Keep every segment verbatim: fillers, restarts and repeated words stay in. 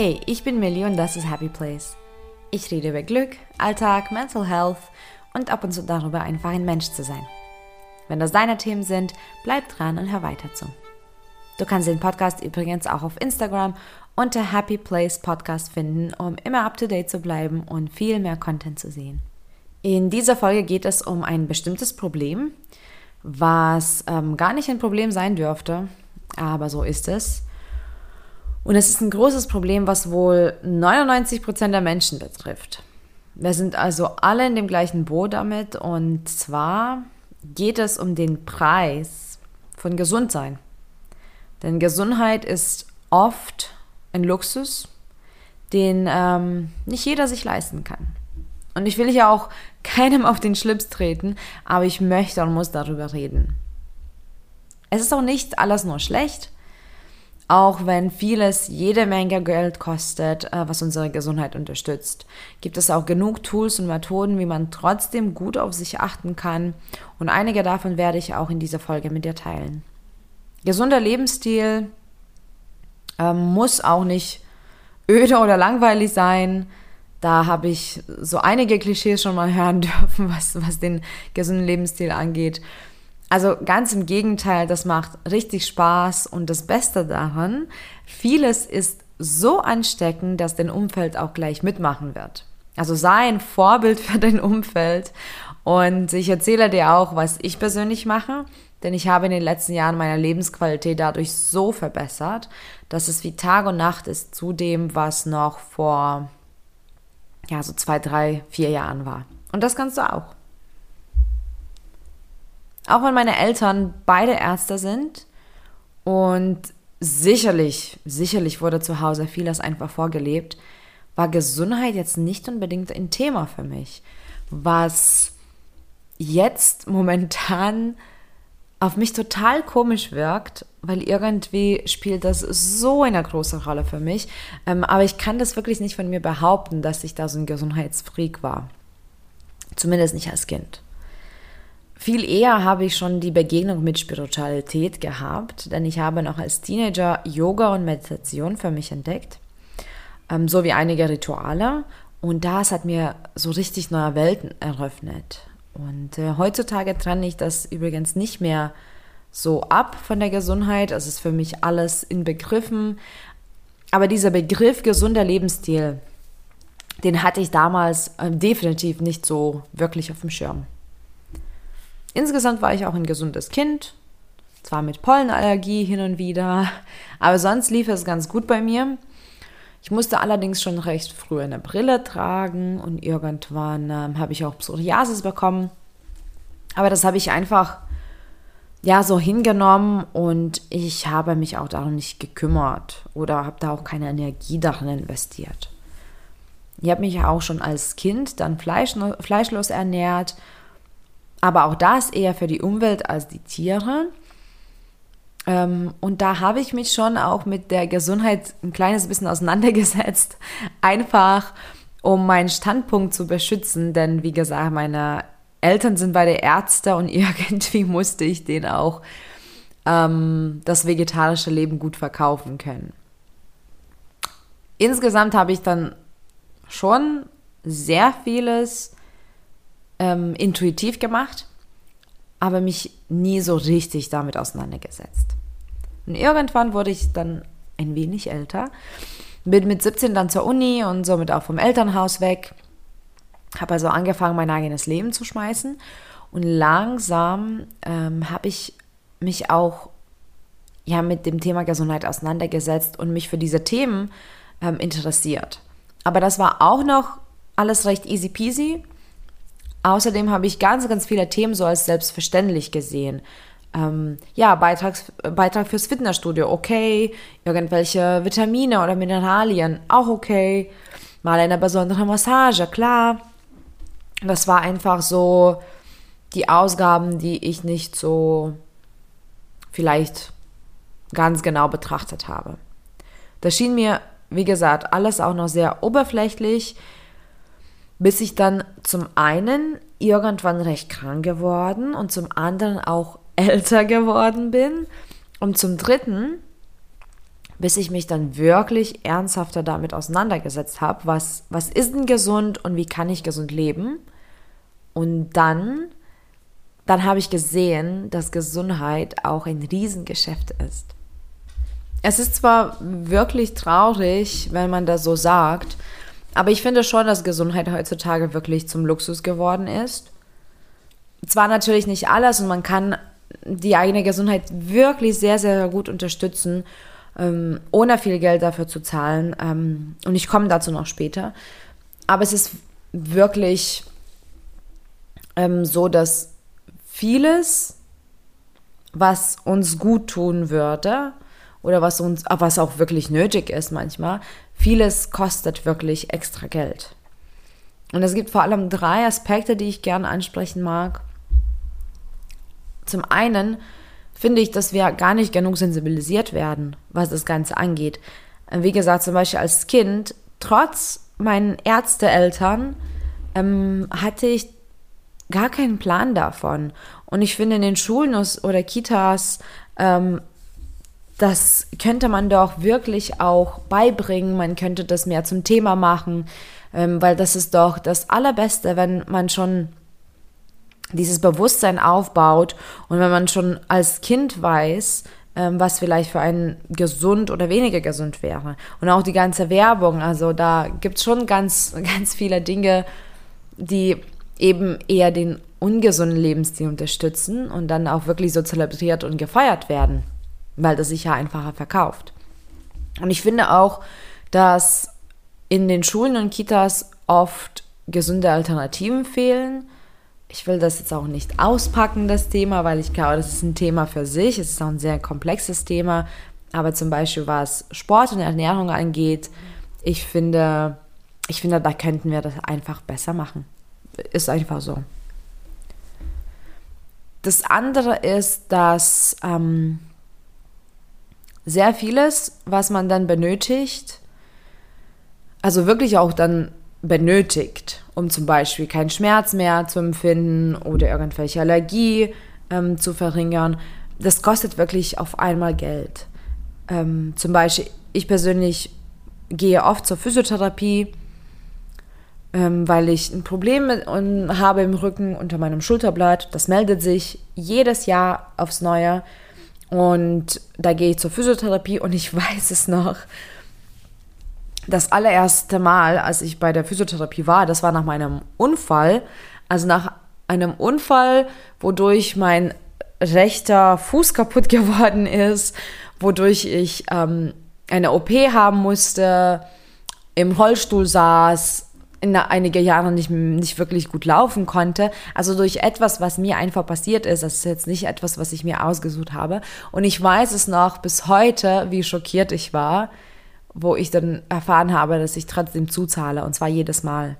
Hey, ich bin Millie und das ist Happy Place. Ich rede über Glück, Alltag, Mental Health und ab und zu darüber, einfach ein Mensch zu sein. Wenn das deine Themen sind, bleib dran und hör weiter zu. Du kannst den Podcast übrigens auch auf Instagram unter Happy Place Podcast finden, um immer up to date zu bleiben und viel mehr Content zu sehen. In dieser Folge geht es um ein bestimmtes Problem, was ähm, gar nicht ein Problem sein dürfte, aber so ist es. Und es ist ein großes Problem, was wohl neunundneunzig Prozent der Menschen betrifft. Wir sind also alle in dem gleichen Boot damit, und zwar geht es um den Preis von Gesundsein. Denn Gesundheit ist oft ein Luxus, den ähm, nicht jeder sich leisten kann. Und ich will hier auch keinem auf den Schlips treten, aber ich möchte und muss darüber reden. Es ist auch nicht alles nur schlecht, auch wenn vieles jede Menge Geld kostet, was unsere Gesundheit unterstützt. Gibt es auch genug Tools und Methoden, wie man trotzdem gut auf sich achten kann, und einige davon werde ich auch in dieser Folge mit dir teilen. Gesunder Lebensstil ähm, muss auch nicht öde oder langweilig sein. Da habe ich so einige Klischees schon mal hören dürfen, was, was den gesunden Lebensstil angeht. Also ganz im Gegenteil, das macht richtig Spaß, und das Beste daran, vieles ist so ansteckend, dass dein Umfeld auch gleich mitmachen wird. Also sei ein Vorbild für dein Umfeld, und ich erzähle dir auch, was ich persönlich mache, denn ich habe in den letzten Jahren meine Lebensqualität dadurch so verbessert, dass es wie Tag und Nacht ist zu dem, was noch vor ja, so zwei, drei, vier Jahren war. Und das kannst du auch. Auch wenn meine Eltern beide Ärzte sind und sicherlich, sicherlich wurde zu Hause vieles einfach vorgelebt, war Gesundheit jetzt nicht unbedingt ein Thema für mich, was jetzt momentan auf mich total komisch wirkt, weil irgendwie spielt das so eine große Rolle für mich, ähm, aber ich kann das wirklich nicht von mir behaupten, dass ich da so ein Gesundheitsfreak war, zumindest nicht als Kind. Viel eher habe ich schon die Begegnung mit Spiritualität gehabt, denn ich habe noch als Teenager Yoga und Meditation für mich entdeckt, ähm, sowie einige Rituale, und das hat mir so richtig neue Welten eröffnet. Und äh, heutzutage trenne ich das übrigens nicht mehr so ab von der Gesundheit, es ist für mich alles inbegriffen, aber dieser Begriff gesunder Lebensstil, den hatte ich damals äh, definitiv nicht so wirklich auf dem Schirm. Insgesamt war ich auch ein gesundes Kind, zwar mit Pollenallergie hin und wieder, aber sonst lief es ganz gut bei mir. Ich musste allerdings schon recht früh eine Brille tragen, und irgendwann ähm, habe ich auch Psoriasis bekommen. Aber das habe ich einfach ja so hingenommen, und ich habe mich auch darum nicht gekümmert oder habe da auch keine Energie darin investiert. Ich habe mich ja auch schon als Kind dann fleisch, fleischlos ernährt, aber auch das eher für die Umwelt als die Tiere. Ähm, und da habe ich mich schon auch mit der Gesundheit ein kleines bisschen auseinandergesetzt, einfach um meinen Standpunkt zu beschützen, denn wie gesagt, meine Eltern sind beide Ärzte, und irgendwie musste ich denen auch ähm, das vegetarische Leben gut verkaufen können. Insgesamt habe ich dann schon sehr vieles ähm, intuitiv gemacht, aber mich nie so richtig damit auseinandergesetzt. Und irgendwann wurde ich dann ein wenig älter, bin mit siebzehn dann zur Uni und somit auch vom Elternhaus weg, habe also angefangen, mein eigenes Leben zu schmeißen, und langsam ähm, habe ich mich auch ja, mit dem Thema Gesundheit auseinandergesetzt und mich für diese Themen ähm, interessiert. Aber das war auch noch alles recht easy peasy. Außerdem habe ich ganz, ganz viele Themen so als selbstverständlich gesehen. Ähm, ja, Beitrag, Beitrag fürs Fitnessstudio, okay. Irgendwelche Vitamine oder Mineralien, auch okay. Mal eine besondere Massage, klar. Das war einfach so die Ausgaben, die ich nicht so vielleicht ganz genau betrachtet habe. Das schien mir, wie gesagt, alles auch noch sehr oberflächlich, bis ich dann zum einen irgendwann recht krank geworden und zum anderen auch älter geworden bin. Und zum dritten bis ich mich dann wirklich ernsthafter damit auseinandergesetzt habe, was, was ist denn gesund und wie kann ich gesund leben. Und dann, dann habe ich gesehen, dass Gesundheit auch ein Riesengeschäft ist. Es ist zwar wirklich traurig, wenn man das so sagt, aber ich finde schon, dass Gesundheit heutzutage wirklich zum Luxus geworden ist. Zwar natürlich nicht alles und man kann die eigene Gesundheit wirklich sehr, sehr gut unterstützen, ähm, ohne viel Geld dafür zu zahlen. Ähm, und ich komme dazu noch später. Aber es ist wirklich ähm, so, dass vieles, was uns gut tun würde, oder was uns, was auch wirklich nötig ist manchmal, vieles kostet wirklich extra Geld. Und es gibt vor allem drei Aspekte, die ich gerne ansprechen mag. Zum einen finde ich, dass wir gar nicht genug sensibilisiert werden, was das Ganze angeht. Wie gesagt, zum Beispiel als Kind, trotz meinen Ärzteeltern, ähm, hatte ich gar keinen Plan davon. Und ich finde, in den Schulen oder Kitas, ähm, das könnte man doch wirklich auch beibringen. Man könnte das mehr zum Thema machen, ähm, weil das ist doch das Allerbeste, wenn man schon dieses Bewusstsein aufbaut und wenn man schon als Kind weiß, ähm, was vielleicht für einen gesund oder weniger gesund wäre. Und auch die ganze Werbung, also da gibt es schon ganz, ganz viele Dinge, die eben eher den ungesunden Lebensstil unterstützen und dann auch wirklich so zelebriert und gefeiert werden, weil das sich ja einfacher verkauft. Und ich finde auch, dass in den Schulen und Kitas oft gesunde Alternativen fehlen. Ich will das jetzt auch nicht auspacken, das Thema, weil ich glaube, das ist ein Thema für sich. Es ist auch ein sehr komplexes Thema. Aber zum Beispiel, was Sport und Ernährung angeht, ich finde, ich finde, da könnten wir das einfach besser machen. Ist einfach so. Das andere ist, dass ähm, sehr vieles, was man dann benötigt, also wirklich auch dann benötigt, um zum Beispiel keinen Schmerz mehr zu empfinden oder irgendwelche Allergie ähm, zu verringern, das kostet wirklich auf einmal Geld. Ähm, zum Beispiel, ich persönlich gehe oft zur Physiotherapie, ähm, weil ich ein Problem mit, und habe im Rücken unter meinem Schulterblatt. Das meldet sich jedes Jahr aufs Neue. Und da gehe ich zur Physiotherapie und ich weiß es noch, das allererste Mal, als ich bei der Physiotherapie war, das war nach meinem Unfall, also nach einem Unfall, wodurch mein rechter Fuß kaputt geworden ist, wodurch ich ähm, eine O P haben musste, im Rollstuhl saß, in einige Jahre nicht, nicht wirklich gut laufen konnte. Also durch etwas, was mir einfach passiert ist. Das ist jetzt nicht etwas, was ich mir ausgesucht habe. Und ich weiß es noch bis heute, wie schockiert ich war, wo ich dann erfahren habe, dass ich trotzdem zuzahle. Und zwar jedes Mal.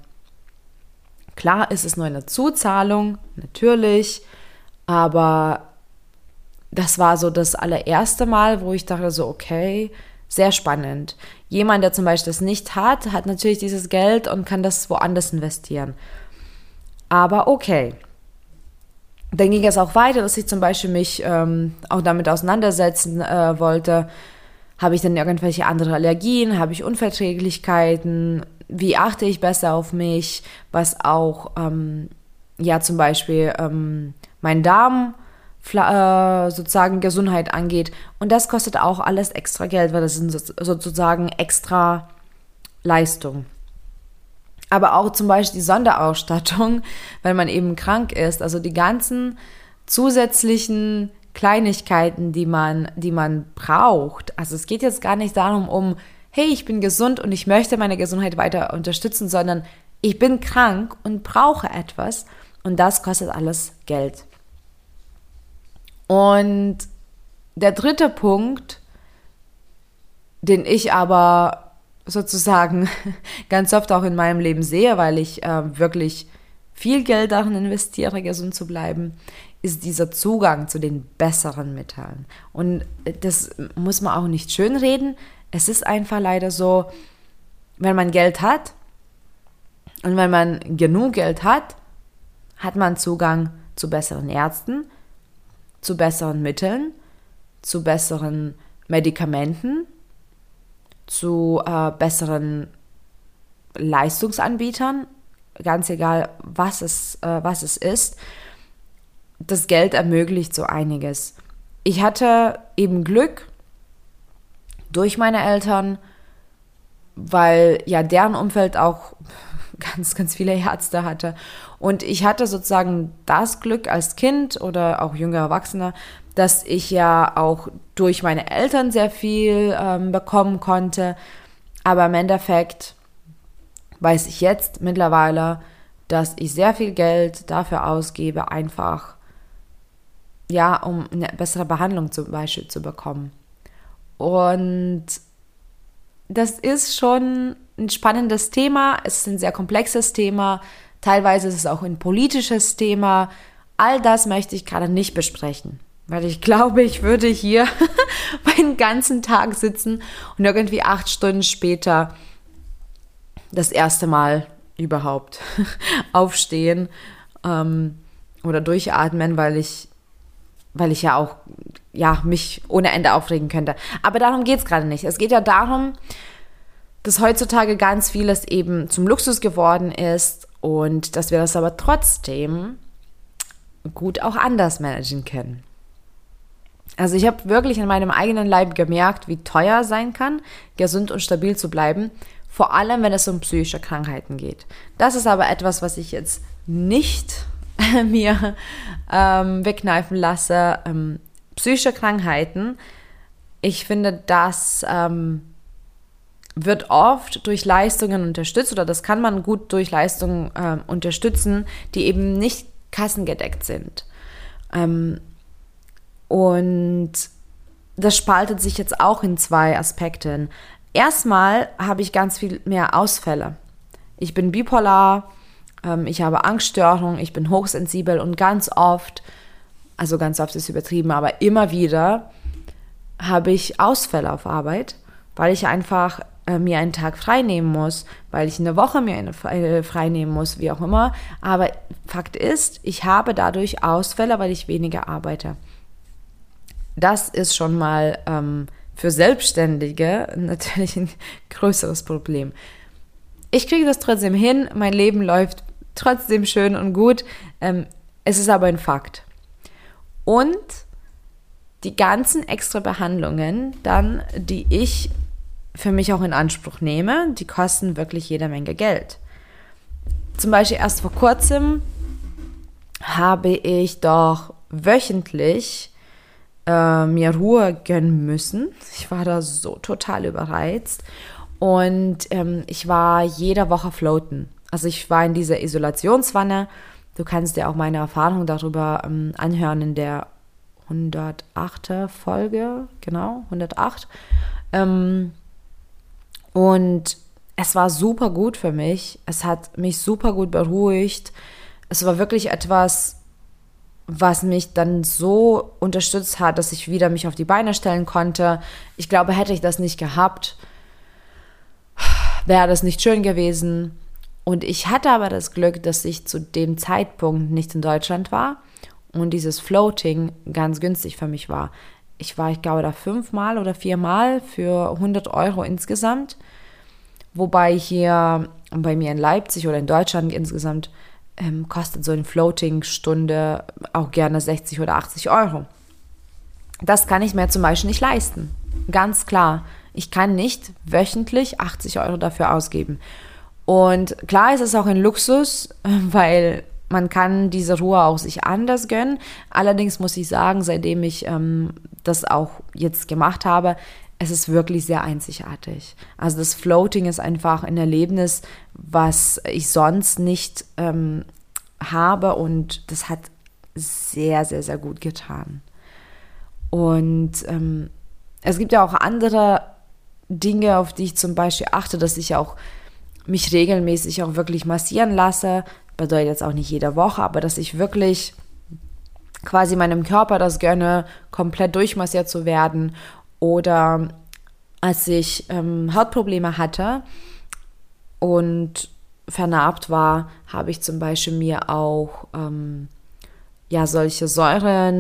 Klar ist es nur eine Zuzahlung, natürlich. Aber das war so das allererste Mal, wo ich dachte so, okay, sehr spannend. Jemand, der zum Beispiel das nicht hat, hat natürlich dieses Geld und kann das woanders investieren. Aber okay. Dann ging es auch weiter, dass ich zum Beispiel mich ähm, auch damit auseinandersetzen äh, wollte. Habe ich dann irgendwelche andere Allergien? Habe ich Unverträglichkeiten? Wie achte ich besser auf mich? Was auch, ähm, ja zum Beispiel ähm, mein Darm sozusagen Gesundheit angeht. Und das kostet auch alles extra Geld, weil das sind sozusagen extra Leistung. Aber auch zum Beispiel die Sonderausstattung, wenn man eben krank ist. Also die ganzen zusätzlichen Kleinigkeiten, die man, die man braucht. Also es geht jetzt gar nicht darum, um, hey, ich bin gesund und ich möchte meine Gesundheit weiter unterstützen, sondern ich bin krank und brauche etwas und das kostet alles Geld. Und der dritte Punkt, den ich aber sozusagen ganz oft auch in meinem Leben sehe, weil ich äh, wirklich viel Geld darin investiere, gesund zu bleiben, ist dieser Zugang zu den besseren Mitteln. Und das muss man auch nicht schönreden. Es ist einfach leider so, wenn man Geld hat und wenn man genug Geld hat, hat man Zugang zu besseren Ärzten, zu besseren Mitteln, zu besseren Medikamenten zu äh, besseren Leistungsanbietern, ganz egal, was es, äh, was es ist. Das Geld ermöglicht so einiges. Ich hatte eben Glück durch meine Eltern, weil ja deren Umfeld auch ganz, ganz viele Ärzte hatte. Und ich hatte sozusagen das Glück als Kind oder auch junger Erwachsener, dass ich ja auch durch meine Eltern sehr viel ähm, bekommen konnte. Aber im Endeffekt weiß ich jetzt mittlerweile, dass ich sehr viel Geld dafür ausgebe, einfach, ja, um eine bessere Behandlung zum Beispiel zu bekommen. Und das ist schon ein spannendes Thema. Es ist ein sehr komplexes Thema. Teilweise ist es auch ein politisches Thema. All das möchte ich gerade nicht besprechen, weil ich glaube, ich würde hier meinen ganzen Tag sitzen und irgendwie acht Stunden später das erste Mal überhaupt aufstehen ähm, oder durchatmen, weil ich, weil ich ja auch ja, mich ohne Ende aufregen könnte. Aber darum geht es gerade nicht. Es geht ja darum, dass heutzutage ganz vieles eben zum Luxus geworden ist und dass wir das aber trotzdem gut auch anders managen können. Also ich habe wirklich in meinem eigenen Leib gemerkt, wie teuer es sein kann, gesund und stabil zu bleiben, vor allem wenn es um psychische Krankheiten geht. Das ist aber etwas, was ich jetzt nicht mir ähm, wegkneifen lasse. Ähm, psychische Krankheiten, ich finde, das ähm, wird oft durch Leistungen unterstützt oder das kann man gut durch Leistungen ähm, unterstützen, die eben nicht kassengedeckt sind. Ähm, und das spaltet sich jetzt auch in zwei Aspekten. Erstmal habe ich ganz viel mehr Ausfälle. Ich bin bipolar, ähm, ich habe Angststörungen, ich bin hochsensibel und ganz oft, also ganz oft ist übertrieben, aber immer wieder habe ich Ausfälle auf Arbeit, weil ich einfach äh, mir einen Tag frei nehmen muss, weil ich eine Woche mir eine äh, frei nehmen muss, wie auch immer. Aber Fakt ist, ich habe dadurch Ausfälle, weil ich weniger arbeite. Das ist schon mal ähm, für Selbstständige natürlich ein größeres Problem. Ich kriege das trotzdem hin, mein Leben läuft trotzdem schön und gut. Ähm, es ist aber ein Fakt. Und die ganzen extra Behandlungen dann, die ich für mich auch in Anspruch nehme, die kosten wirklich jede Menge Geld. Zum Beispiel erst vor kurzem habe ich doch wöchentlich äh, mir Ruhe gönnen müssen. Ich war da so total überreizt und ähm, ich war jede Woche floaten. Also ich war in dieser Isolationswanne. Du kannst dir auch meine Erfahrung darüber ähm, anhören in der hundertachte Folge, genau, hundertacht. Ähm, und es war super gut für mich. Es hat mich super gut beruhigt. Es war wirklich etwas, was mich dann so unterstützt hat, dass ich wieder mich auf die Beine stellen konnte. Ich glaube, hätte ich das nicht gehabt, wäre das nicht schön gewesen. Und ich hatte aber das Glück, dass ich zu dem Zeitpunkt nicht in Deutschland war und dieses Floating ganz günstig für mich war. Ich war, ich glaube, da fünfmal oder viermal für hundert Euro insgesamt, wobei hier bei mir in Leipzig oder in Deutschland insgesamt ähm, kostet so eine Floating-Stunde auch gerne sechzig oder achtzig Euro. Das kann ich mir zum Beispiel nicht leisten. Ganz klar, ich kann nicht wöchentlich achtzig Euro dafür ausgeben. Und klar ist es auch ein Luxus, weil man kann diese Ruhe auch sich anders gönnen. Allerdings muss ich sagen, seitdem ich ähm, das auch jetzt gemacht habe, es ist wirklich sehr einzigartig. Also das Floating ist einfach ein Erlebnis, was ich sonst nicht ähm, habe und das hat sehr, sehr, sehr gut getan. Und ähm, es gibt ja auch andere Dinge, auf die ich zum Beispiel achte, dass ich auch mich regelmäßig auch wirklich massieren lasse. Bedeutet jetzt auch nicht jede Woche, aber dass ich wirklich quasi meinem Körper das gönne, komplett durchmassiert zu werden. Oder als ich ähm, Hautprobleme hatte und vernarbt war, habe ich zum Beispiel mir auch ähm, ja, solche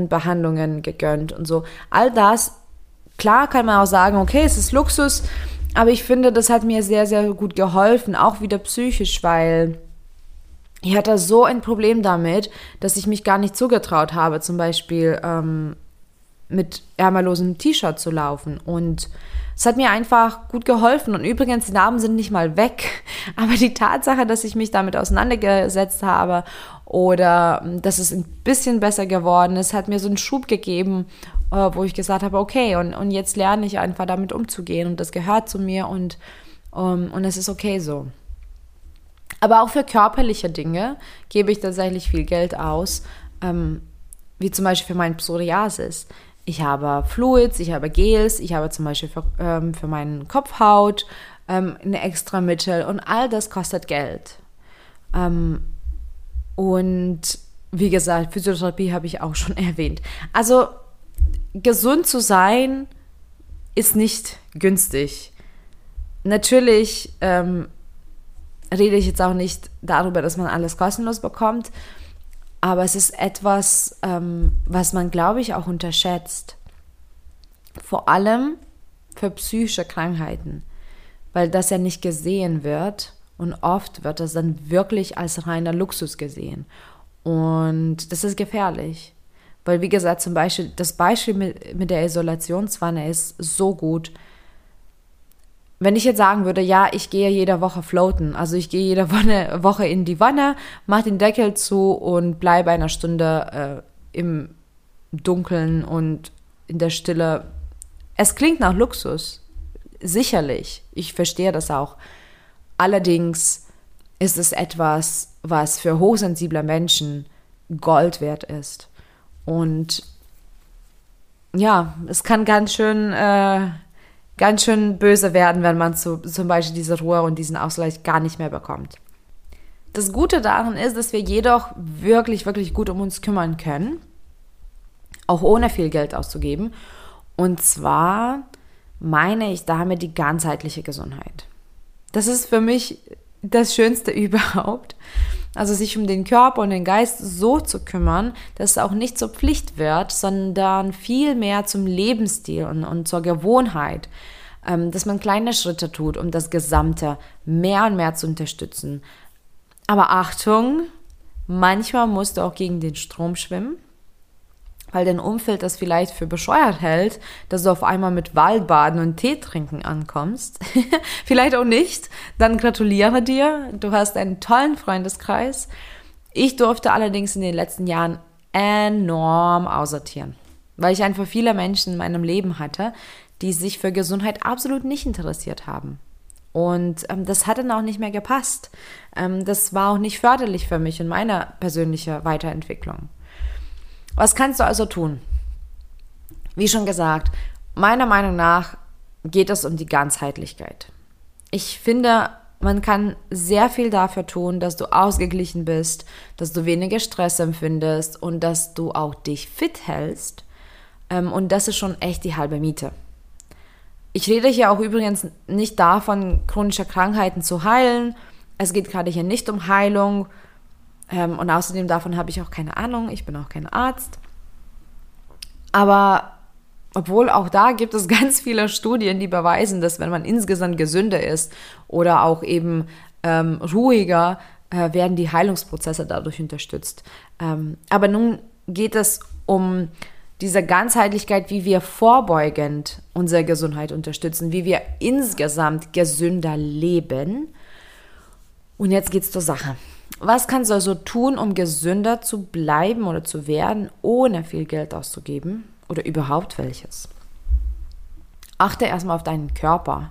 Säurenbehandlungen gegönnt und so. All das, klar kann man auch sagen, okay, es ist Luxus, Aber ich finde, das hat mir sehr, sehr gut geholfen, auch wieder psychisch, weil ich hatte so ein Problem damit, dass ich mich gar nicht zugetraut habe, zum Beispiel ähm, mit ärmellosem T-Shirt zu laufen. Und es hat mir einfach gut geholfen. Und übrigens, die Narben sind nicht mal weg. Aber die Tatsache, dass ich mich damit auseinandergesetzt habe oder dass es ein bisschen besser geworden ist, hat mir so einen Schub gegeben, wo ich gesagt habe, okay, und, und jetzt lerne ich einfach damit umzugehen. Und das gehört zu mir und, um, und es ist okay so. Aber auch für körperliche Dinge gebe ich tatsächlich viel Geld aus, ähm, wie zum Beispiel für mein Psoriasis. Ich habe Fluids, ich habe Gels, ich habe zum Beispiel für, ähm, für meinen Kopfhaut ähm, eine extra Mittel und all das kostet Geld. Ähm, und wie gesagt, Physiotherapie habe ich auch schon erwähnt. Also gesund zu sein ist nicht günstig. Natürlich ähm, rede ich jetzt auch nicht darüber, dass man alles kostenlos bekommt, aber es ist etwas, ähm, was man, glaube ich, auch unterschätzt. Vor allem für psychische Krankheiten, weil das ja nicht gesehen wird und oft wird das dann wirklich als reiner Luxus gesehen. Und das ist gefährlich, weil wie gesagt, zum Beispiel das Beispiel mit, mit der Isolationswanne ist so gut. Wenn ich jetzt sagen würde, ja, ich gehe jede Woche floaten, also ich gehe jede Woche in die Wanne, mache den Deckel zu und bleibe eine Stunde äh, im Dunkeln und in der Stille. Es klingt nach Luxus, sicherlich, ich verstehe das auch. Allerdings ist es etwas, was für hochsensible Menschen Gold wert ist. Und ja, es kann ganz schön... Äh, ganz schön böse werden, wenn man zu, zum Beispiel diese Ruhe und diesen Ausgleich gar nicht mehr bekommt. Das Gute daran ist, dass wir jedoch wirklich, wirklich gut um uns kümmern können, auch ohne viel Geld auszugeben. Und zwar meine ich damit die ganzheitliche Gesundheit. Das ist für mich das Schönste überhaupt. Also sich um den Körper und den Geist so zu kümmern, dass es auch nicht zur Pflicht wird, sondern viel mehr zum Lebensstil und, und zur Gewohnheit. Ähm, dass man kleine Schritte tut, um das Gesamte mehr und mehr zu unterstützen. Aber Achtung, manchmal musst du auch gegen den Strom schwimmen, weil dein Umfeld das vielleicht für bescheuert hält, dass du auf einmal mit Waldbaden und Tee trinken ankommst. Vielleicht auch nicht, dann gratuliere dir, du hast einen tollen Freundeskreis. Ich durfte allerdings in den letzten Jahren enorm aussortieren, weil ich einfach viele Menschen in meinem Leben hatte, die sich für Gesundheit absolut nicht interessiert haben. Und ähm, das hat dann auch nicht mehr gepasst. Ähm, das war auch nicht förderlich für mich und meine persönliche Weiterentwicklung. Was kannst du also tun? Wie schon gesagt, meiner Meinung nach geht es um die Ganzheitlichkeit. Ich finde, man kann sehr viel dafür tun, dass du ausgeglichen bist, dass du weniger Stress empfindest und dass du auch dich fit hältst. Und das ist schon echt die halbe Miete. Ich rede hier auch übrigens nicht davon, chronische Krankheiten zu heilen. Es geht gerade hier nicht um Heilung. Und außerdem davon habe ich auch keine Ahnung. Ich bin auch kein Arzt. Aber obwohl auch da gibt es ganz viele Studien, die beweisen, dass wenn man insgesamt gesünder ist oder auch eben ähm, ruhiger, äh, werden die Heilungsprozesse dadurch unterstützt. Ähm, aber nun geht es um diese Ganzheitlichkeit, wie wir vorbeugend unsere Gesundheit unterstützen, wie wir insgesamt gesünder leben. Und jetzt geht's zur Sache. Was kannst du also tun, um gesünder zu bleiben oder zu werden, ohne viel Geld auszugeben oder überhaupt welches? Achte erstmal auf deinen Körper.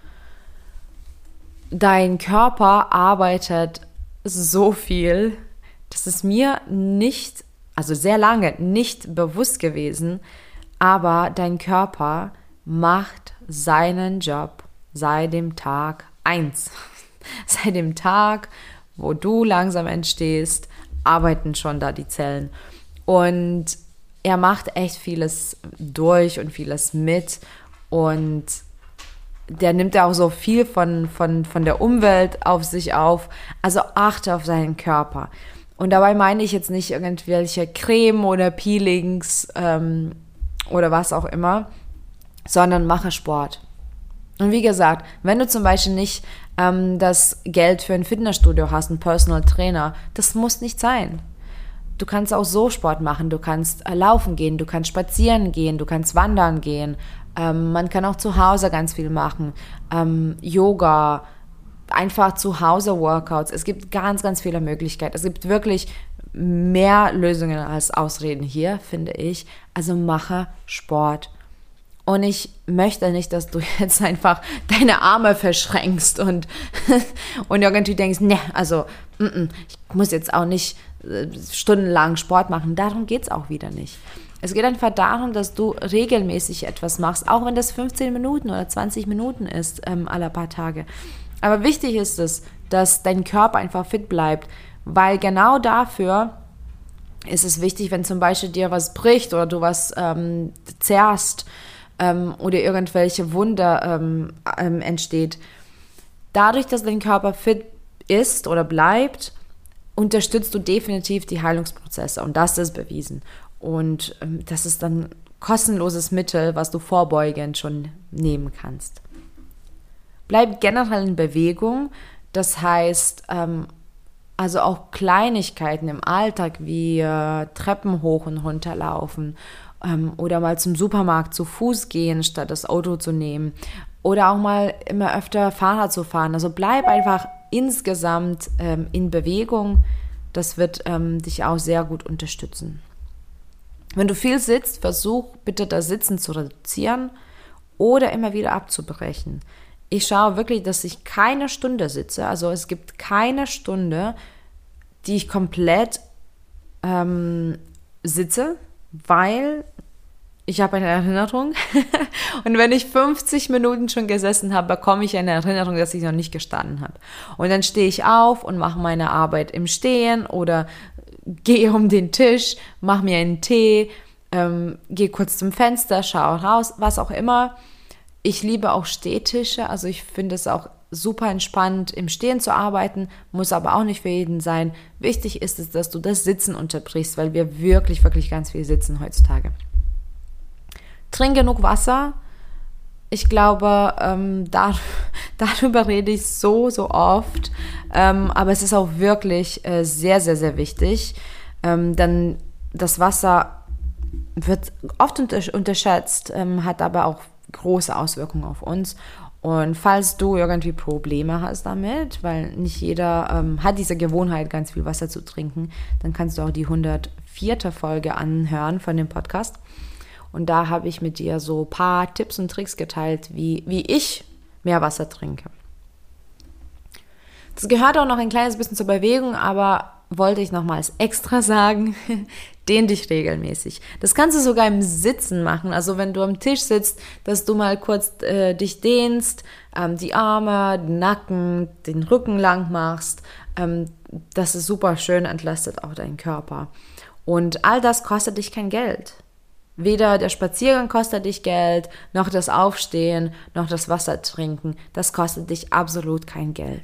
Dein Körper arbeitet so viel, dass es mir nicht, also sehr lange nicht bewusst gewesen, aber dein Körper macht seinen Job seit dem Tag eins. Seit dem Tag, wo du langsam entstehst, arbeiten schon da die Zellen. Und er macht echt vieles durch und vieles mit. Und der nimmt ja auch so viel von, von, von der Umwelt auf sich auf. Also achte auf seinen Körper. Und dabei meine ich jetzt nicht irgendwelche Creme oder Peelings ähm, oder was auch immer, sondern mache Sport. Und wie gesagt, wenn du zum Beispiel nicht ähm, das Geld für ein Fitnessstudio hast, einen Personal Trainer, das muss nicht sein. Du kannst auch so Sport machen, du kannst äh, laufen gehen, du kannst spazieren gehen, du kannst wandern gehen. Ähm, man kann auch zu Hause ganz viel machen. Ähm, Yoga, einfach zu Hause Workouts. Es gibt ganz, ganz viele Möglichkeiten. Es gibt wirklich mehr Lösungen als Ausreden hier, finde ich. Also mache Sport. Und ich möchte nicht, dass du jetzt einfach deine Arme verschränkst und, und irgendwie denkst, ne, also mm, mm, ich muss jetzt auch nicht äh, stundenlang Sport machen. Darum geht es auch wieder nicht. Es geht einfach darum, dass du regelmäßig etwas machst, auch wenn das fünfzehn Minuten oder zwanzig Minuten ist, ähm, alle paar Tage. Aber wichtig ist es, dass dein Körper einfach fit bleibt, weil genau dafür ist es wichtig, wenn zum Beispiel dir was bricht oder du was ähm, zerrst, oder irgendwelche Wunder ähm, ähm, entsteht. Dadurch, dass dein Körper fit ist oder bleibt, unterstützt du definitiv die Heilungsprozesse und das ist bewiesen. Und ähm, das ist dann kostenloses Mittel, was du vorbeugend schon nehmen kannst. Bleib generell in Bewegung, das heißt, ähm, also auch Kleinigkeiten im Alltag wie äh, Treppen hoch und runter laufen oder mal zum Supermarkt zu Fuß gehen, statt das Auto zu nehmen. Oder auch mal immer öfter Fahrrad zu fahren. Also bleib einfach insgesamt ähm, in Bewegung. Das wird ähm, dich auch sehr gut unterstützen. Wenn du viel sitzt, versuch bitte das Sitzen zu reduzieren oder immer wieder abzubrechen. Ich schaue wirklich, dass ich keine Stunde sitze. Also es gibt keine Stunde, die ich komplett ähm, sitze, weil ich habe eine Erinnerung und wenn ich fünfzig Minuten schon gesessen habe, bekomme ich eine Erinnerung, dass ich noch nicht gestanden habe. Und dann stehe ich auf und mache meine Arbeit im Stehen oder gehe um den Tisch, mache mir einen Tee, ähm, gehe kurz zum Fenster, schaue raus, was auch immer. Ich liebe auch Stehtische, also ich finde es auch super entspannt, im Stehen zu arbeiten, muss aber auch nicht für jeden sein. Wichtig ist es, dass du das Sitzen unterbrichst, weil wir wirklich, wirklich ganz viel sitzen heutzutage. Trink genug Wasser. Ich glaube, ähm, da, darüber rede ich so, so oft, ähm, aber es ist auch wirklich äh, sehr, sehr, sehr wichtig, ähm, denn das Wasser wird oft unter- unterschätzt, ähm, hat aber auch große Auswirkungen auf uns. Und falls du irgendwie Probleme hast damit, weil nicht jeder ähm, hat diese Gewohnheit, ganz viel Wasser zu trinken, dann kannst du auch die hundertvierte Folge anhören von dem Podcast. Und da habe ich mit dir so ein paar Tipps und Tricks geteilt, wie, wie ich mehr Wasser trinke. Das gehört auch noch ein kleines bisschen zur Bewegung, aber wollte ich nochmals extra sagen, dehn dich regelmäßig. Das kannst du sogar im Sitzen machen, also wenn du am Tisch sitzt, dass du mal kurz äh, dich dehnst, ähm, die Arme, den Nacken, den Rücken lang machst, ähm, das ist super schön, entlastet auch deinen Körper. Und all das kostet dich kein Geld. Weder der Spaziergang kostet dich Geld, noch das Aufstehen, noch das Wasser trinken, das kostet dich absolut kein Geld.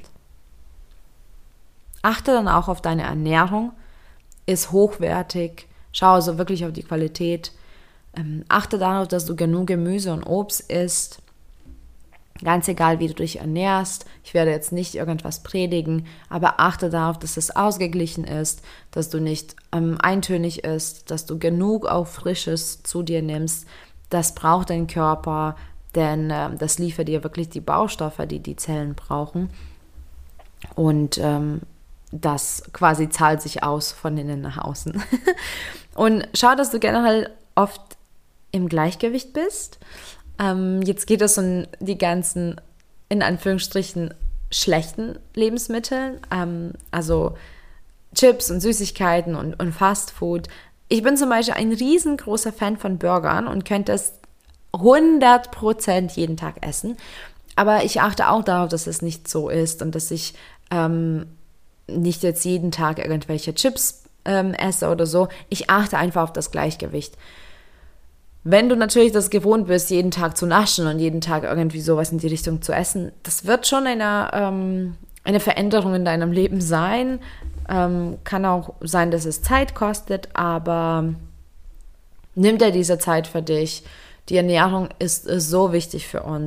Achte dann auch auf deine Ernährung, ist hochwertig, schau also wirklich auf die Qualität, ähm, achte darauf, dass du genug Gemüse und Obst isst, ganz egal, wie du dich ernährst. Ich werde jetzt nicht irgendwas predigen, aber achte darauf, dass es ausgeglichen ist, dass du nicht ähm, eintönig isst, dass du genug auch Frisches zu dir nimmst. Das braucht dein Körper, denn äh, das liefert dir wirklich die Baustoffe, die die Zellen brauchen. Und ähm, das quasi zahlt sich aus von innen nach außen. Und schau, dass du generell oft im Gleichgewicht bist. Ähm, jetzt geht es um die ganzen, in Anführungsstrichen, schlechten Lebensmitteln. Ähm, also Chips und Süßigkeiten und, und Fastfood. Ich bin zum Beispiel ein riesengroßer Fan von Burgern und könnte es hundert Prozent jeden Tag essen. Aber ich achte auch darauf, dass es nicht so ist und dass ich ähm, nicht jetzt jeden Tag irgendwelche Chips ähm, esse oder so. Ich achte einfach auf das Gleichgewicht. Wenn du natürlich das gewohnt bist, jeden Tag zu naschen und jeden Tag irgendwie sowas in die Richtung zu essen, das wird schon eine, ähm, eine Veränderung in deinem Leben sein. Ähm, kann auch sein, dass es Zeit kostet, aber nimm dir diese Zeit für dich. Die Ernährung ist, ist so wichtig für uns.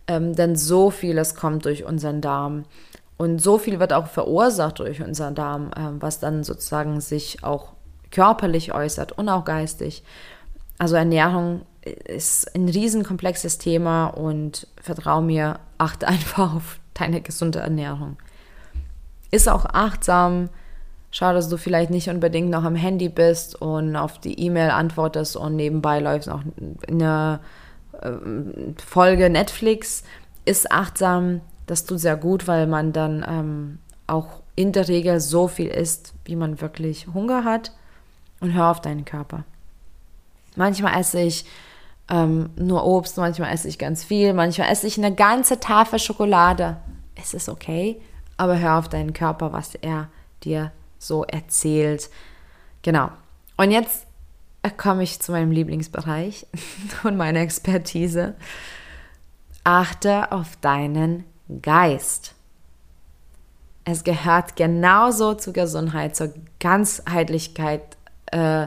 ähm, denn so vieles kommt durch unseren Darm. Und so viel wird auch verursacht durch unseren Darm, ähm, was dann sozusagen sich auch körperlich äußert und auch geistig. Also Ernährung ist ein riesenkomplexes Thema und vertrau mir, achte einfach auf deine gesunde Ernährung. Ist auch achtsam, schau, dass du vielleicht nicht unbedingt noch am Handy bist und auf die E-Mail antwortest und nebenbei läuft noch eine äh, Folge Netflix. Ist achtsam, das tut sehr gut, weil man dann ähm, auch in der Regel so viel isst, wie man wirklich Hunger hat, und hör auf deinen Körper. Manchmal esse ich ähm, nur Obst, manchmal esse ich ganz viel, manchmal esse ich eine ganze Tafel Schokolade. Es ist okay, aber hör auf deinen Körper, was er dir so erzählt. Genau. Und jetzt komme ich zu meinem Lieblingsbereich und meiner Expertise. Achte auf deinen Geist. Es gehört genauso zur Gesundheit, zur Ganzheitlichkeit äh,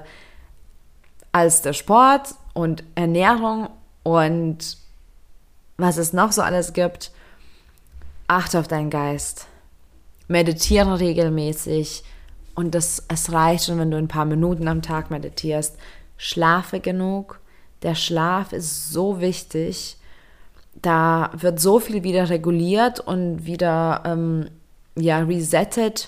als der Sport und Ernährung und was es noch so alles gibt. Achte auf deinen Geist. Meditiere regelmäßig und das, es reicht schon, wenn du ein paar Minuten am Tag meditierst. Schlafe genug. Der Schlaf ist so wichtig. Da wird so viel wieder reguliert und wieder ähm, ja, resettet.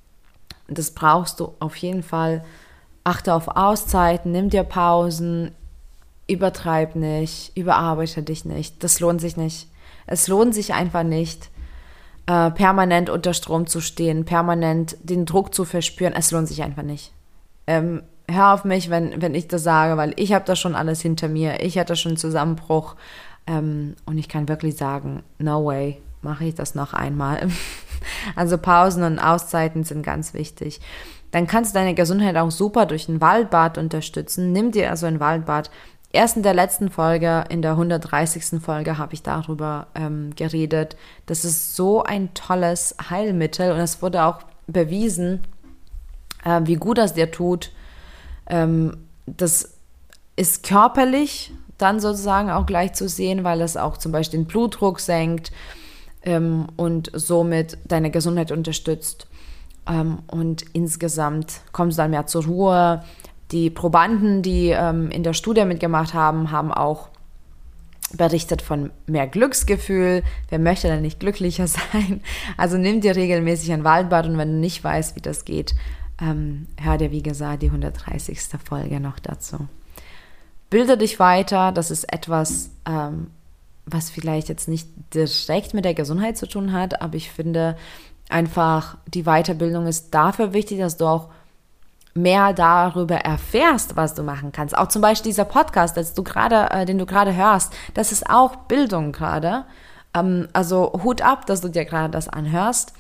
Das brauchst du auf jeden Fall. Achte auf Auszeiten, nimm dir Pausen, übertreib nicht, überarbeite dich nicht. Das lohnt sich nicht. Es lohnt sich einfach nicht, äh, permanent unter Strom zu stehen, permanent den Druck zu verspüren. Es lohnt sich einfach nicht. Ähm, hör auf mich, wenn, wenn ich das sage, weil ich habe das schon alles hinter mir. Ich hatte schon einen Zusammenbruch ähm, und ich kann wirklich sagen, no way, mache ich das noch einmal. Also Pausen und Auszeiten sind ganz wichtig. Dann kannst du deine Gesundheit auch super durch ein Waldbad unterstützen. Nimm dir also ein Waldbad. Erst in der letzten Folge, in der hundertdreißigsten Folge, habe ich darüber ähm, geredet. Das ist so ein tolles Heilmittel und es wurde auch bewiesen, äh, wie gut das dir tut. Ähm, das ist körperlich dann sozusagen auch gleich zu sehen, weil es auch zum Beispiel den Blutdruck senkt ähm, und somit deine Gesundheit unterstützt. Ähm, und insgesamt kommst du dann mehr zur Ruhe. Die Probanden, die ähm, in der Studie mitgemacht haben, haben auch berichtet von mehr Glücksgefühl. Wer möchte denn nicht glücklicher sein? Also nimm dir regelmäßig ein Waldbad und wenn du nicht weißt, wie das geht, ähm, hör dir, wie gesagt, die hundertdreißigste Folge noch dazu. Bilde dich weiter. Das ist etwas, ähm, was vielleicht jetzt nicht direkt mit der Gesundheit zu tun hat, aber ich finde einfach, die Weiterbildung ist dafür wichtig, dass du auch mehr darüber erfährst, was du machen kannst. Auch zum Beispiel dieser Podcast, dass du grade, äh, den du gerade hörst, das ist auch Bildung gerade. Ähm, also Hut ab, dass du dir gerade das anhörst.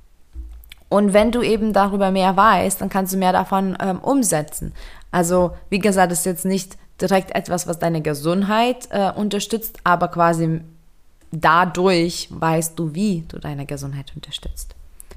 Und wenn du eben darüber mehr weißt, dann kannst du mehr davon ähm, umsetzen. Also wie gesagt, das ist jetzt nicht direkt etwas, was deine Gesundheit äh, unterstützt, aber quasi dadurch weißt du, wie du deine Gesundheit unterstützt.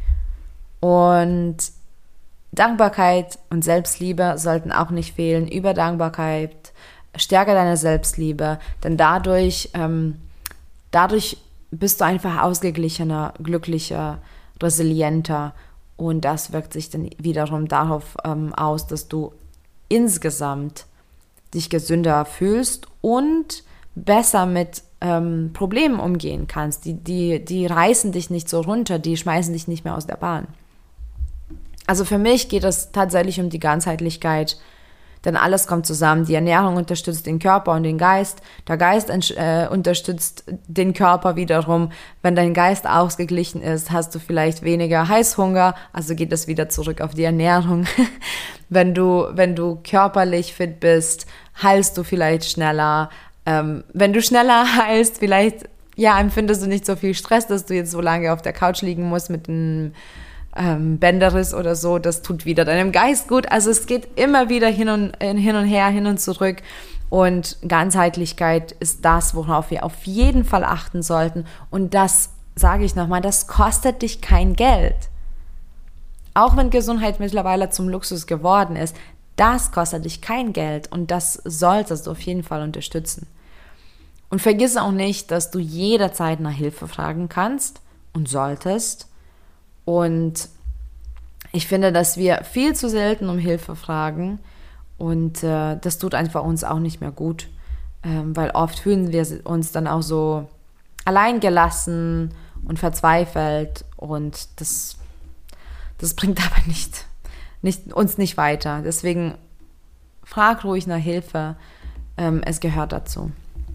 Und Dankbarkeit und Selbstliebe sollten auch nicht fehlen. Über Dankbarkeit, stärke deine Selbstliebe, denn dadurch, ähm, dadurch bist du einfach ausgeglichener, glücklicher, resilienter und das wirkt sich dann wiederum darauf ähm, aus, dass du insgesamt dich gesünder fühlst und besser mit ähm, Problemen umgehen kannst. Die, die, die reißen dich nicht so runter, die schmeißen dich nicht mehr aus der Bahn. Also für mich geht es tatsächlich um die Ganzheitlichkeit, denn alles kommt zusammen. Die Ernährung unterstützt den Körper und den Geist. Der Geist äh, unterstützt den Körper wiederum. Wenn dein Geist ausgeglichen ist, hast du vielleicht weniger Heißhunger, also geht es wieder zurück auf die Ernährung. Wenn du, wenn du körperlich fit bist, heilst du vielleicht schneller. Ähm, wenn du schneller heilst, vielleicht ja, empfindest du nicht so viel Stress, dass du jetzt so lange auf der Couch liegen musst mit einem ähm, Bänderriss oder so. Das tut wieder deinem Geist gut. Also es geht immer wieder hin und, hin und her, hin und zurück. Und Ganzheitlichkeit ist das, worauf wir auf jeden Fall achten sollten. Und das, sage ich nochmal, das kostet dich kein Geld. Auch wenn Gesundheit mittlerweile zum Luxus geworden ist, das kostet dich kein Geld und das solltest du auf jeden Fall unterstützen. Und vergiss auch nicht, dass du jederzeit nach Hilfe fragen kannst und solltest. Und ich finde, dass wir viel zu selten um Hilfe fragen und äh, das tut einfach uns auch nicht mehr gut, ähm, weil oft fühlen wir uns dann auch so alleingelassen und verzweifelt und das, das bringt aber nicht, nicht, uns nicht weiter. Deswegen frag ruhig nach Hilfe, ähm, es gehört dazu.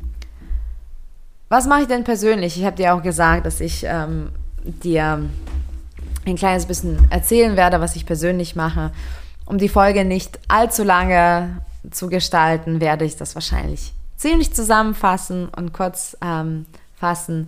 Was mache ich denn persönlich? Ich habe dir auch gesagt, dass ich ähm, dir ein kleines bisschen erzählen werde, was ich persönlich mache. Um die Folge nicht allzu lange zu gestalten, werde ich das wahrscheinlich ziemlich zusammenfassen und kurz ähm, fassen.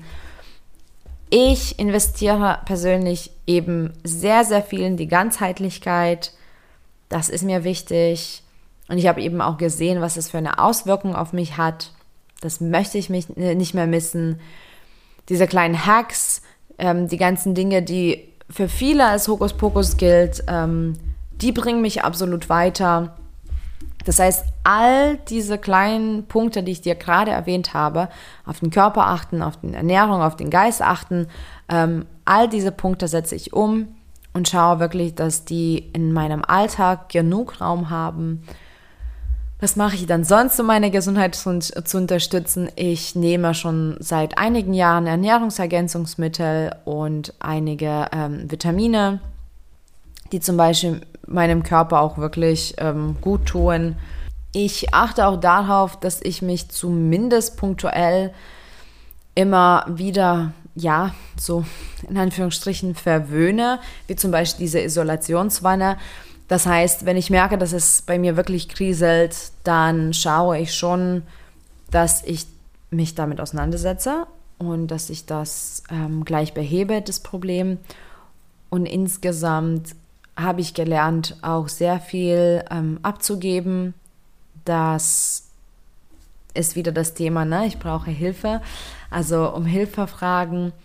Ich investiere persönlich eben sehr, sehr viel in die Ganzheitlichkeit. Das ist mir wichtig. Und ich habe eben auch gesehen, was es für eine Auswirkung auf mich hat. Das möchte ich mich nicht mehr missen. Diese kleinen Hacks, ähm, die ganzen Dinge, die für viele als Hokuspokus gilt, ähm, die bringen mich absolut weiter. Das heißt, all diese kleinen Punkte, die ich dir gerade erwähnt habe, auf den Körper achten, auf die Ernährung, auf den Geist achten, ähm, all diese Punkte setze ich um und schaue wirklich, dass die in meinem Alltag genug Raum haben. Was mache ich dann sonst, um meine Gesundheit zu, zu unterstützen? Ich nehme schon seit einigen Jahren Ernährungsergänzungsmittel und einige ähm, Vitamine, die zum Beispiel meinem Körper auch wirklich ähm, gut tun. Ich achte auch darauf, dass ich mich zumindest punktuell immer wieder, ja, so in Anführungsstrichen verwöhne, wie zum Beispiel diese Isolationswanne. Das heißt, wenn ich merke, dass es bei mir wirklich kriselt, dann schaue ich schon, dass ich mich damit auseinandersetze und dass ich das ähm, gleich behebe, das Problem. Und insgesamt habe ich gelernt, auch sehr viel ähm, abzugeben. Das ist wieder das Thema, ne? Ich brauche Hilfe, also um Hilfe fragen.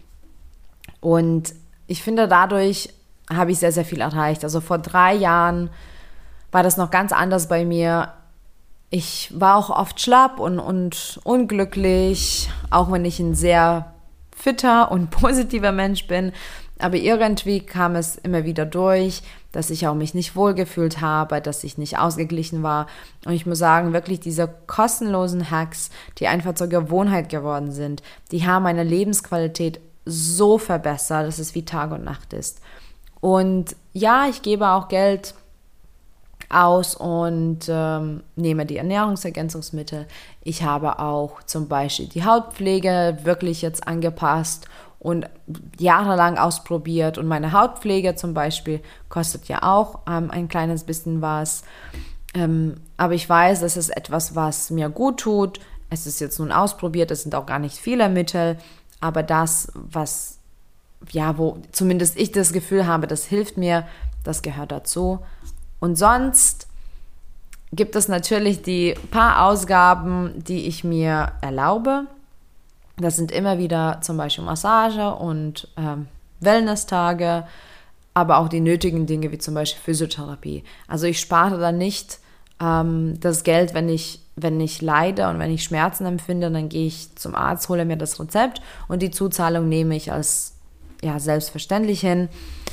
Und ich finde, dadurch habe ich sehr, sehr viel erreicht. Also vor drei Jahren war das noch ganz anders bei mir. Ich war auch oft schlapp und, und unglücklich, auch wenn ich ein sehr fitter und positiver Mensch bin. Aber irgendwie kam es immer wieder durch, dass ich auch mich nicht wohlgefühlt habe, dass ich nicht ausgeglichen war. Und ich muss sagen, wirklich diese kostenlosen Hacks, die einfach zur Gewohnheit geworden sind, die haben meine Lebensqualität so verbessert, dass es wie Tag und Nacht ist. Und ja, ich gebe auch Geld aus und ähm, nehme die Ernährungsergänzungsmittel. Ich habe auch zum Beispiel die Hautpflege wirklich jetzt angepasst und jahrelang ausprobiert. Und meine Hautpflege zum Beispiel kostet ja auch ähm, ein kleines bisschen was. Ähm, aber ich weiß, das ist etwas, was mir gut tut. Es ist jetzt nun ausprobiert, es sind auch gar nicht viele Mittel. Aber das, was ja, wo zumindest ich das Gefühl habe, das hilft mir, das gehört dazu. Und sonst gibt es natürlich die paar Ausgaben, die ich mir erlaube. Das sind immer wieder zum Beispiel Massage und ähm, Wellness-Tage, aber auch die nötigen Dinge wie zum Beispiel Physiotherapie. Also ich spare da nicht ähm, das Geld, wenn ich, wenn ich leide und wenn ich Schmerzen empfinde, dann gehe ich zum Arzt, hole mir das Rezept und die Zuzahlung nehme ich als ja, selbstverständlich hin.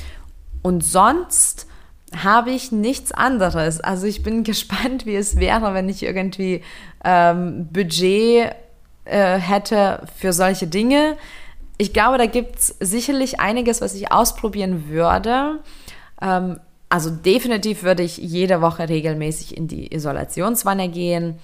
Und sonst habe ich nichts anderes. Also ich bin gespannt, wie es wäre, wenn ich irgendwie ähm, Budget äh, hätte für solche Dinge. Ich glaube, da gibt es sicherlich einiges, was ich ausprobieren würde. Ähm, also definitiv würde ich jede Woche regelmäßig in die Isolationswanne gehen.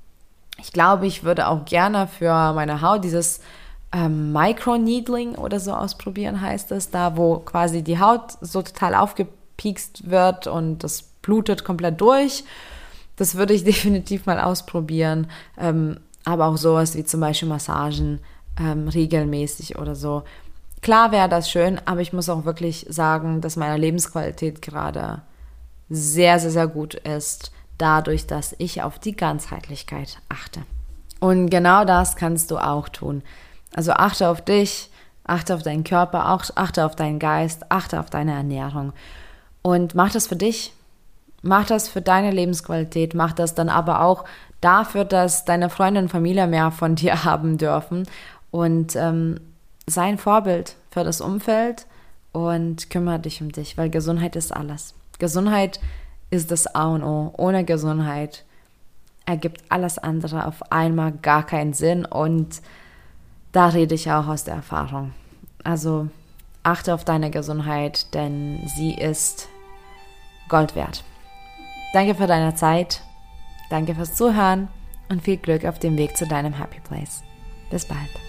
Ich glaube, ich würde auch gerne für meine Haut dieses ähm, Microneedling oder so ausprobieren, heißt es, da wo quasi die Haut so total aufgepiekst wird und das blutet komplett durch. Das würde ich definitiv mal ausprobieren. Ähm, aber auch sowas wie zum Beispiel Massagen ähm, regelmäßig oder so. Klar wäre das schön, aber ich muss auch wirklich sagen, dass meine Lebensqualität gerade sehr, sehr, sehr gut ist, dadurch, dass ich auf die Ganzheitlichkeit achte. Und genau das kannst du auch tun. Also achte auf dich, achte auf deinen Körper, achte auf deinen Geist, achte auf deine Ernährung und mach das für dich. Mach das für deine Lebensqualität, mach das dann aber auch dafür, dass deine Freunde und Familie mehr von dir haben dürfen und ähm, sei ein Vorbild für das Umfeld und kümmere dich um dich, weil Gesundheit ist alles. Gesundheit ist das A und O. Ohne Gesundheit ergibt alles andere auf einmal gar keinen Sinn und da rede ich auch aus der Erfahrung. Also achte auf deine Gesundheit, denn sie ist Gold wert. Danke für deine Zeit, danke fürs Zuhören und viel Glück auf dem Weg zu deinem Happy Place. Bis bald.